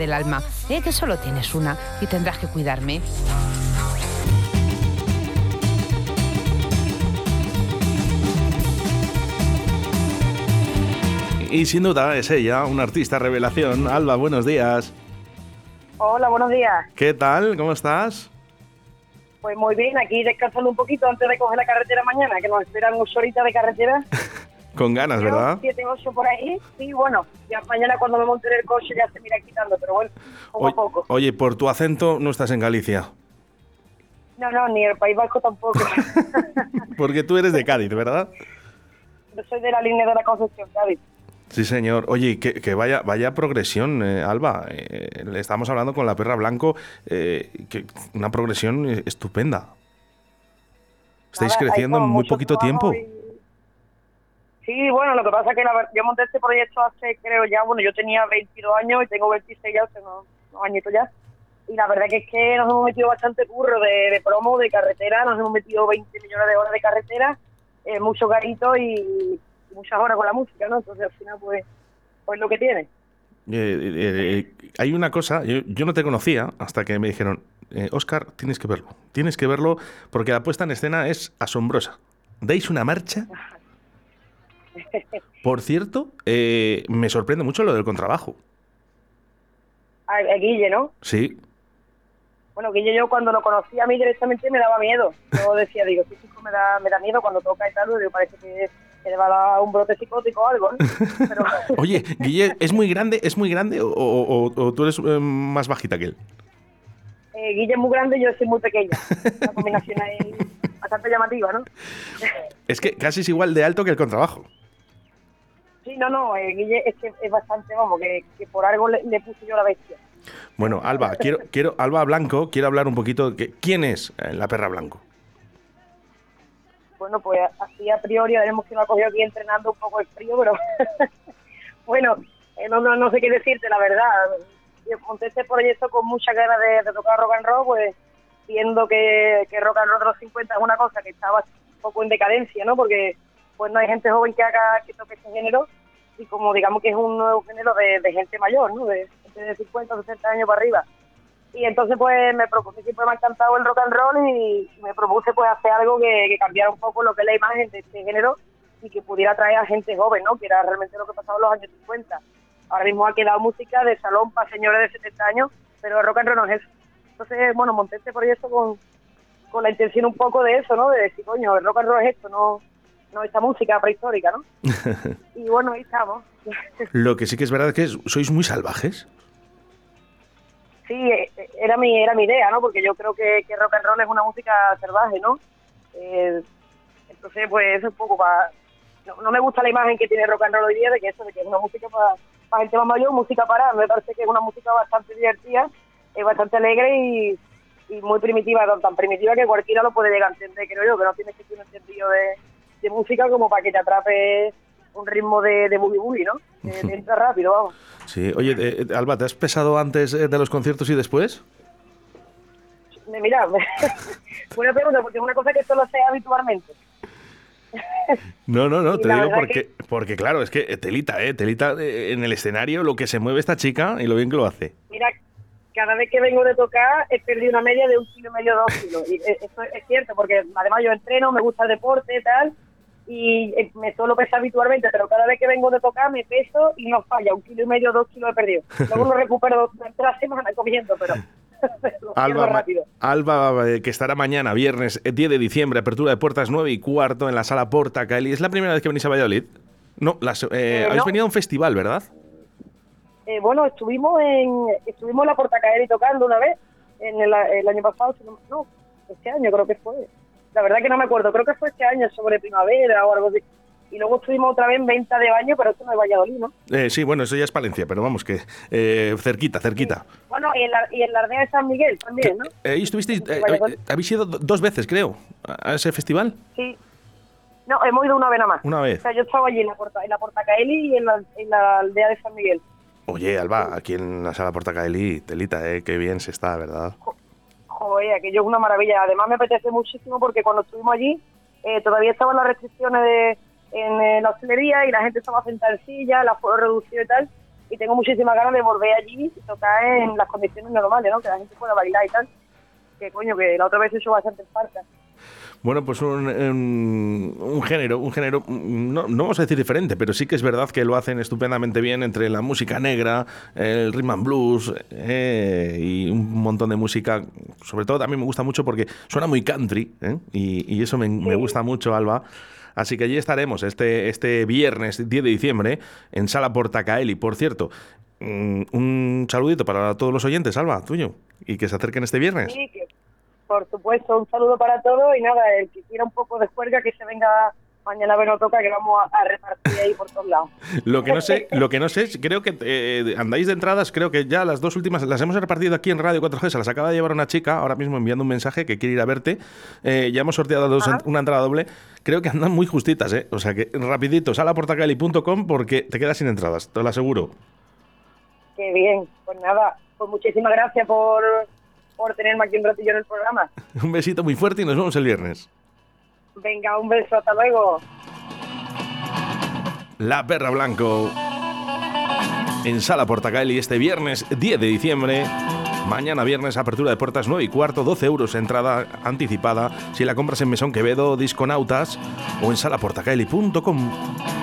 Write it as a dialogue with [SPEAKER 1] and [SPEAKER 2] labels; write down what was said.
[SPEAKER 1] del alma, que solo tienes una y tendrás que cuidarme.
[SPEAKER 2] Y sin duda es ella, una artista revelación. Alba, buenos días.
[SPEAKER 3] Hola, buenos días.
[SPEAKER 2] ¿Qué tal? ¿Cómo estás?
[SPEAKER 3] Pues muy bien, aquí descansando un poquito antes de coger la carretera mañana, que nos esperan 8 horitas de carretera.
[SPEAKER 2] Con ganas,
[SPEAKER 3] Pero
[SPEAKER 2] ¿verdad?
[SPEAKER 3] 7, 8 por ahí. Sí, bueno, ya mañana cuando me monte en el coche ya se me irá quitando, pero bueno, poco a poco.
[SPEAKER 2] Oye, por tu acento no estás en Galicia.
[SPEAKER 3] No, ni el País Vasco tampoco.
[SPEAKER 2] Porque tú eres de Cádiz, ¿verdad?
[SPEAKER 3] Yo soy de la línea de la Concepción, Cádiz.
[SPEAKER 2] Sí, señor. Oye, que vaya progresión, Alba. Le estamos hablando con La Perra Blanco, que una progresión estupenda. Estáis creciendo en muy poquito tiempo.
[SPEAKER 3] Sí, bueno, lo que pasa es que yo monté este proyecto hace, creo ya, bueno, yo tenía 22 años y tengo 26 ya, hace unos añitos ya. Y la verdad que es que nos hemos metido bastante curro de promo, de carretera, nos hemos metido 20 millones de horas de carretera, muchos garitos y muchas horas con la música, ¿no? Entonces al final pues lo que tiene.
[SPEAKER 2] Hay una cosa, yo no te conocía hasta que me dijeron, Óscar, tienes que verlo porque la puesta en escena es asombrosa. ¿Dais una marcha? Por cierto, me sorprende mucho lo del contrabajo.
[SPEAKER 3] A Guille, ¿no?
[SPEAKER 2] Sí.
[SPEAKER 3] Bueno, Guille, yo cuando lo conocí a mí directamente me daba miedo. Yo decía, digo, sí, chico, me da miedo cuando toca y tal, digo, parece que le va a dar un brote psicótico o algo, ¿no? Pero...
[SPEAKER 2] Oye, Guille, ¿es muy grande o tú eres más bajita que él?
[SPEAKER 3] Guille es muy grande y yo soy muy pequeña. Una combinación ahí bastante llamativa, ¿no?
[SPEAKER 2] Es que casi es igual de alto que el contrabajo.
[SPEAKER 3] Sí, no, Guille es que es bastante, vamos, que por algo le puse yo la bestia.
[SPEAKER 2] Bueno, Alba, Alba Blanco, quiero hablar un poquito de ¿quién es La Perra Blanco?
[SPEAKER 3] Bueno, pues así a priori haremos que me ha cogido aquí entrenando un poco el frío, pero bueno, no sé qué decirte, la verdad. Yo monté este proyecto con muchas ganas de tocar rock and roll, pues viendo que rock and roll de los 50 es una cosa que estaba un poco en decadencia, ¿no? Porque pues no hay gente joven que toque ese género y como digamos que es un nuevo género de gente mayor, ¿no? De 50 o 60 años para arriba. Y entonces pues me propuse, siempre me ha encantado el rock and roll y me propuse pues hacer algo que cambiara un poco lo que es la imagen de este género y que pudiera atraer a gente joven, ¿no? Que era realmente lo que pasaba en los años 50. Ahora mismo ha quedado música de salón para señores de 70 años, pero el rock and roll no es eso. Entonces, bueno, monté este proyecto con la intención un poco de eso, ¿no? De decir, coño, el rock and roll es esto, no esta música prehistórica, ¿no? Y bueno, ahí estamos.
[SPEAKER 2] Lo que sí que es verdad es que sois muy salvajes.
[SPEAKER 3] Sí, era mi idea, ¿no? Porque yo creo que rock and roll es una música salvaje, ¿no? Entonces, pues eso es un poco para... No me gusta la imagen que tiene rock and roll hoy día de que es una música para gente más mayor, música para... Me parece que es una música bastante divertida, bastante alegre y muy primitiva, tan primitiva que cualquiera lo puede llegar a entender, creo yo, que no tienes que tener un entendido de música como para que te atrape un ritmo de boogie boogie, ¿no? Te entra rápido, vamos.
[SPEAKER 2] Sí, oye, Alba, ¿te has pesado antes de los conciertos y después?
[SPEAKER 3] Mira, buena pregunta, porque es una cosa que solo sé habitualmente.
[SPEAKER 2] No, te digo porque claro, es que telita en el escenario lo que se mueve esta chica y lo bien que lo hace.
[SPEAKER 3] Mira, cada vez que vengo de tocar he perdido una media de 1,5 kilos, 2 kilos. Y esto es cierto, porque además yo entreno, me gusta el deporte y tal, y me suelo pesar habitualmente, pero cada vez que vengo de tocar me peso y no falla, 1,5 kilos, 2 kilos he perdido. Luego lo recupero durante la semana comiendo, pero lo pierdo rápido.
[SPEAKER 2] Alba, que estará mañana, viernes 10 de diciembre, apertura de puertas 9:15 en la Sala Porta Caeli. ¿Es la primera vez que venís a Valladolid? No, habéis venido a un festival, ¿verdad?
[SPEAKER 3] Bueno, estuvimos en la Porta Caeli tocando una vez, el año pasado, no, este año creo que fue. La verdad que no me acuerdo, creo que fue este año sobre primavera o algo así. Y luego estuvimos otra vez en Venta de Baño, pero esto no es Valladolid, ¿no?
[SPEAKER 2] Sí, bueno, eso ya es Palencia, pero vamos, que cerquita. Sí.
[SPEAKER 3] Bueno, y en la aldea de San Miguel también, ¿no?
[SPEAKER 2] Estuvisteis, habéis ido 2 veces, creo, a ese festival.
[SPEAKER 3] Sí. No, hemos ido una vez nada más.
[SPEAKER 2] Una vez.
[SPEAKER 3] O sea, yo estaba allí en la Porta Caeli y en la aldea de San Miguel.
[SPEAKER 2] Oye, Alba, aquí en la Sala Porta Caeli, telita, qué bien se está, ¿verdad?
[SPEAKER 3] Joder, aquello es una maravilla. Además me apetece muchísimo porque cuando estuvimos allí todavía estaban las restricciones en la hostelería y la gente estaba sentada en silla, el aforo reducido y tal. y tengo muchísimas ganas de volver allí y tocar en las condiciones normales, ¿no? Que la gente pueda bailar y tal. Que coño, que la otra vez eso bastante falta.
[SPEAKER 2] Bueno, pues un género, no vamos a decir diferente, pero sí que es verdad que lo hacen estupendamente bien entre la música negra, el rhythm and blues y un montón de música. Sobre todo también me gusta mucho porque suena muy country, y eso me gusta mucho, Alba. Así que allí estaremos este viernes 10 de diciembre en Sala Portacaeli. Por cierto, un saludito para todos los oyentes, Alba, tuyo, y que se acerquen este viernes.
[SPEAKER 3] Sí, que, por supuesto, un saludo para todos y nada, el que quiera un poco de juerga que se venga mañana a ver, no toca, que vamos a repartir ahí por todos lados.
[SPEAKER 2] Lo que no sé, creo que andáis de entradas, creo que ya las dos últimas las hemos repartido aquí en Radio 4G, se las acaba de llevar una chica, ahora mismo enviando un mensaje que quiere ir a verte, ya hemos sorteado una entrada doble, creo que andan muy justitas, o sea que rapidito, salaportacaeli.com porque te quedas sin entradas, te lo aseguro.
[SPEAKER 3] Qué bien, pues nada, pues muchísimas gracias por tenerme aquí un ratillo en el programa.
[SPEAKER 2] Un besito muy fuerte y nos vemos el viernes.
[SPEAKER 3] Venga, un beso, hasta luego.
[SPEAKER 2] La Perra Blanco en Sala Portacaeli este viernes 10 de diciembre. Mañana viernes, apertura de puertas 9:15, 12 euros entrada anticipada. Si la compras en Mesón Quevedo, Disconautas o en salaportacaeli.com.